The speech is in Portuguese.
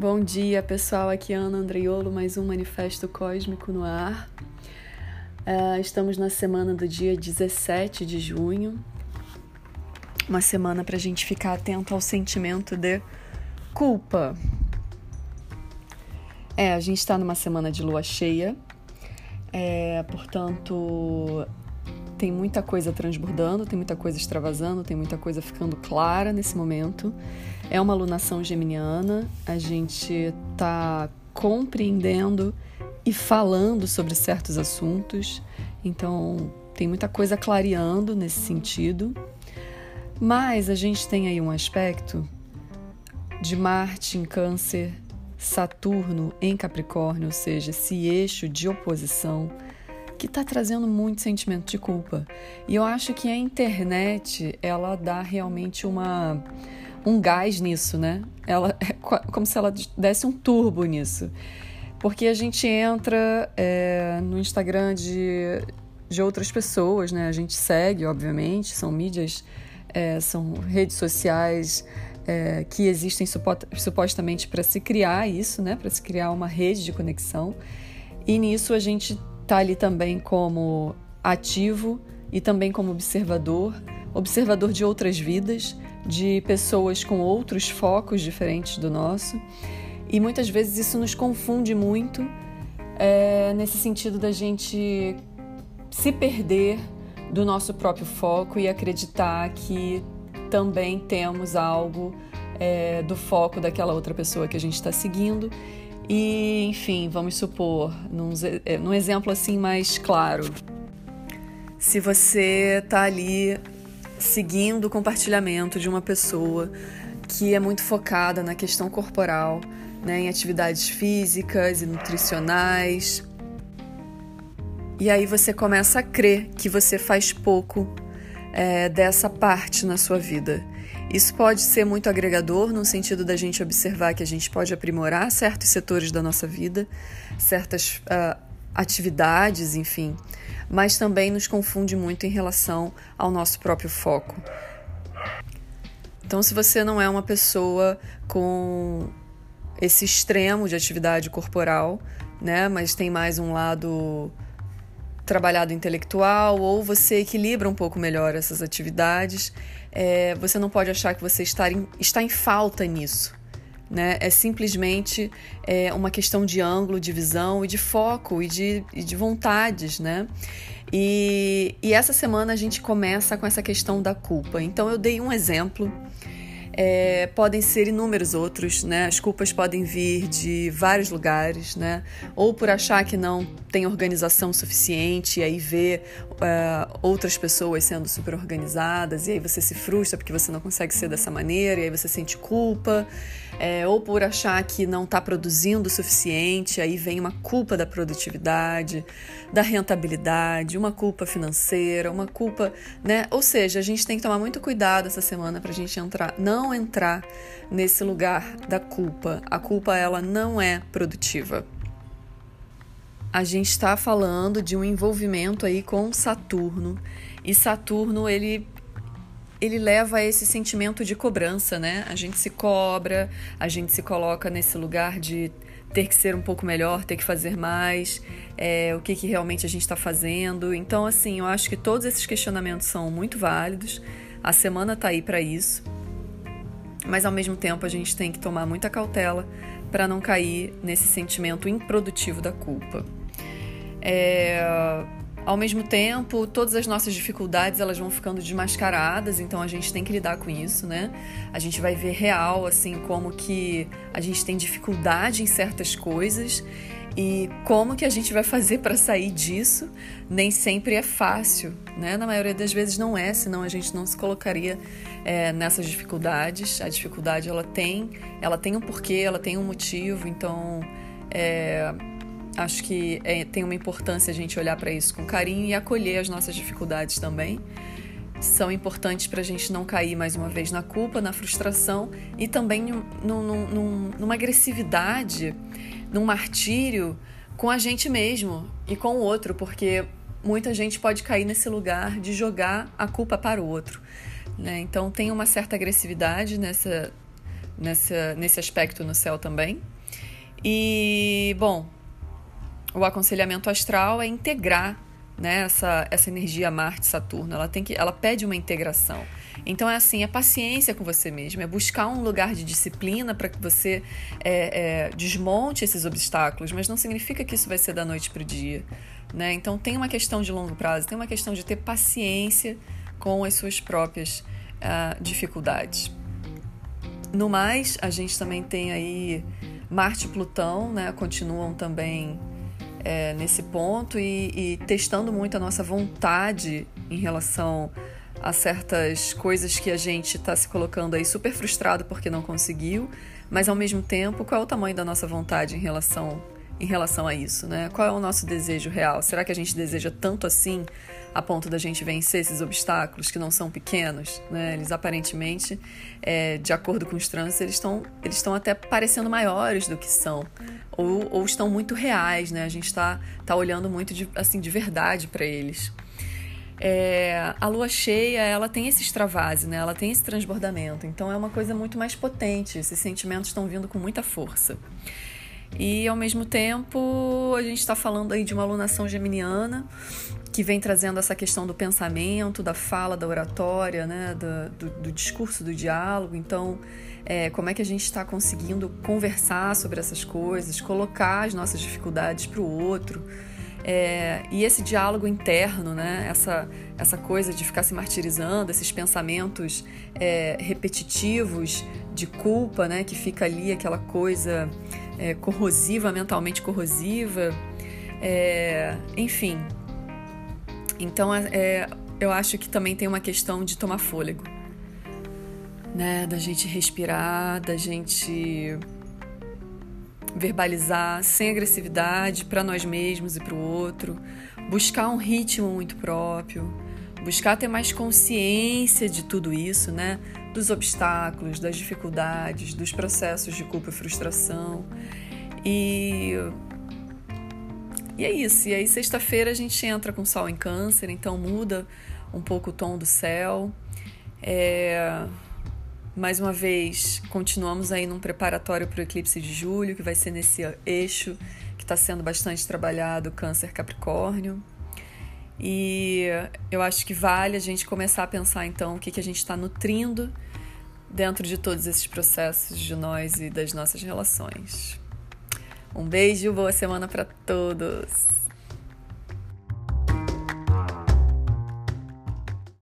Bom dia, pessoal. Aqui é Ana Andreiolo, mais um Manifesto Cósmico no ar. Estamos na semana do dia 17 de junho. Uma semana para a gente ficar atento ao sentimento de culpa. A gente está numa semana de lua cheia, portanto, tem muita coisa transbordando, tem muita coisa extravasando, tem muita coisa ficando clara nesse momento. É uma lunação geminiana, a gente está compreendendo e falando sobre certos assuntos, então tem muita coisa clareando nesse sentido. Mas a gente tem aí um aspecto de Marte em Câncer, Saturno em Capricórnio, ou seja, esse eixo de oposição que está trazendo muito sentimento de culpa. E eu acho que a internet, ela dá realmente um gás nisso, né? Ela é como se ela desse um turbo nisso. Porque a gente entra no Instagram de outras pessoas, né? A gente segue, obviamente, são mídias, são redes sociais que existem supostamente para se criar isso, né? Para se criar uma rede de conexão. E nisso a gente está ali também como ativo e também como observador de outras vidas, de pessoas com outros focos diferentes do nosso. E muitas vezes isso nos confunde muito, nesse sentido da gente se perder do nosso próprio foco e acreditar que também temos algo do foco daquela outra pessoa que a gente está seguindo. E, enfim, vamos supor, num exemplo assim mais claro, se você está ali seguindo o compartilhamento de uma pessoa que é muito focada na questão corporal, né, em atividades físicas e nutricionais, e aí você começa a crer que você faz pouco dessa parte na sua vida. Isso pode ser muito agregador, no sentido da gente observar que a gente pode aprimorar certos setores da nossa vida, certas atividades, enfim, mas também nos confunde muito em relação ao nosso próprio foco. Então, se você não é uma pessoa com esse extremo de atividade corporal, né, mas tem mais um lado trabalhado intelectual, ou você equilibra um pouco melhor essas atividades, você não pode achar que você está em falta nisso, né? É simplesmente uma questão de ângulo, de visão e de foco e de vontades, né? E essa semana a gente começa com essa questão da culpa. Então eu dei um exemplo. Podem ser inúmeros outros, né? As culpas podem vir de vários lugares, né? Ou por achar que não tem organização suficiente e aí vê outras pessoas sendo super organizadas e aí você se frustra porque você não consegue ser dessa maneira e aí você sente culpa, ou por achar que não está produzindo o suficiente, aí vem uma culpa da produtividade, da rentabilidade, uma culpa financeira, uma culpa, né? Ou seja, a gente tem que tomar muito cuidado essa semana para a gente não entrar nesse lugar da culpa. A culpa, ela não é produtiva. A gente está falando de um envolvimento aí com Saturno, e Saturno, ele leva a esse sentimento de cobrança, né? A gente se cobra, a gente se coloca nesse lugar de ter que ser um pouco melhor, ter que fazer mais, o que realmente a gente está fazendo. Então, assim, eu acho que todos esses questionamentos são muito válidos, a semana está aí para isso, mas ao mesmo tempo a gente tem que tomar muita cautela para não cair nesse sentimento improdutivo da culpa. Ao mesmo tempo, todas as nossas dificuldades elas vão ficando desmascaradas, então a gente tem que lidar com isso, né? A gente vai ver real, assim, como que a gente tem dificuldade em certas coisas e como que a gente vai fazer para sair disso. Nem sempre é fácil, né? Na maioria das vezes não é, senão a gente não se colocaria nessas dificuldades. A dificuldade, ela tem um porquê, ela tem um motivo, então acho que tem uma importância a gente olhar para isso com carinho e acolher as nossas dificuldades também. São importantes para a gente não cair mais uma vez na culpa, na frustração e também numa agressividade, num martírio com a gente mesmo e com o outro, porque muita gente pode cair nesse lugar de jogar a culpa para o outro, né? Então tem uma certa agressividade nesse aspecto no céu também. E, bom, o aconselhamento astral é integrar, né, essa energia Marte-Saturno. Ela pede uma integração. Então é assim, é paciência com você mesmo, é buscar um lugar de disciplina para que você desmonte esses obstáculos, mas não significa que isso vai ser da noite para o dia, né? Então tem uma questão de longo prazo, tem uma questão de ter paciência com as suas próprias dificuldades. No mais, a gente também tem aí Marte e Plutão, né, continuam também nesse ponto e testando muito a nossa vontade em relação a certas coisas que a gente está se colocando aí super frustrado porque não conseguiu, mas ao mesmo tempo, qual é o tamanho da nossa vontade em relação a isso, né? Qual é o nosso desejo real? Será que a gente deseja tanto assim a ponto da gente vencer esses obstáculos que não são pequenos, né? Eles aparentemente, de acordo com os trânsitos, eles estão até parecendo maiores do que são, ou estão muito reais, né? A gente está olhando muito de verdade para eles. A lua cheia, ela tem esse extravase, né? Ela tem esse transbordamento, então é uma coisa muito mais potente, esses sentimentos estão vindo com muita força. E ao mesmo tempo a gente está falando aí de uma alunação geminiana que vem trazendo essa questão do pensamento, da fala, da oratória, né? do discurso, do diálogo. Então, como é que a gente está conseguindo conversar sobre essas coisas, colocar as nossas dificuldades para o outro. E esse diálogo interno, né? Essa coisa de ficar se martirizando, esses pensamentos repetitivos de culpa, né? Que fica ali aquela coisa corrosiva, mentalmente corrosiva, enfim. Então eu acho que também tem uma questão de tomar fôlego, né? Da gente respirar, da gente verbalizar sem agressividade para nós mesmos e para o outro, buscar um ritmo muito próprio, buscar ter mais consciência de tudo isso, né? Dos obstáculos, das dificuldades, dos processos de culpa e frustração. E é isso. E aí sexta-feira a gente entra com Sol em Câncer, então muda um pouco o tom do céu. Mais uma vez, continuamos aí num preparatório para o eclipse de julho, que vai ser nesse eixo que está sendo bastante trabalhado, Câncer-Capricórnio. E eu acho que vale a gente começar a pensar, então, o que a gente está nutrindo dentro de todos esses processos de nós e das nossas relações. Um beijo, boa semana para todos!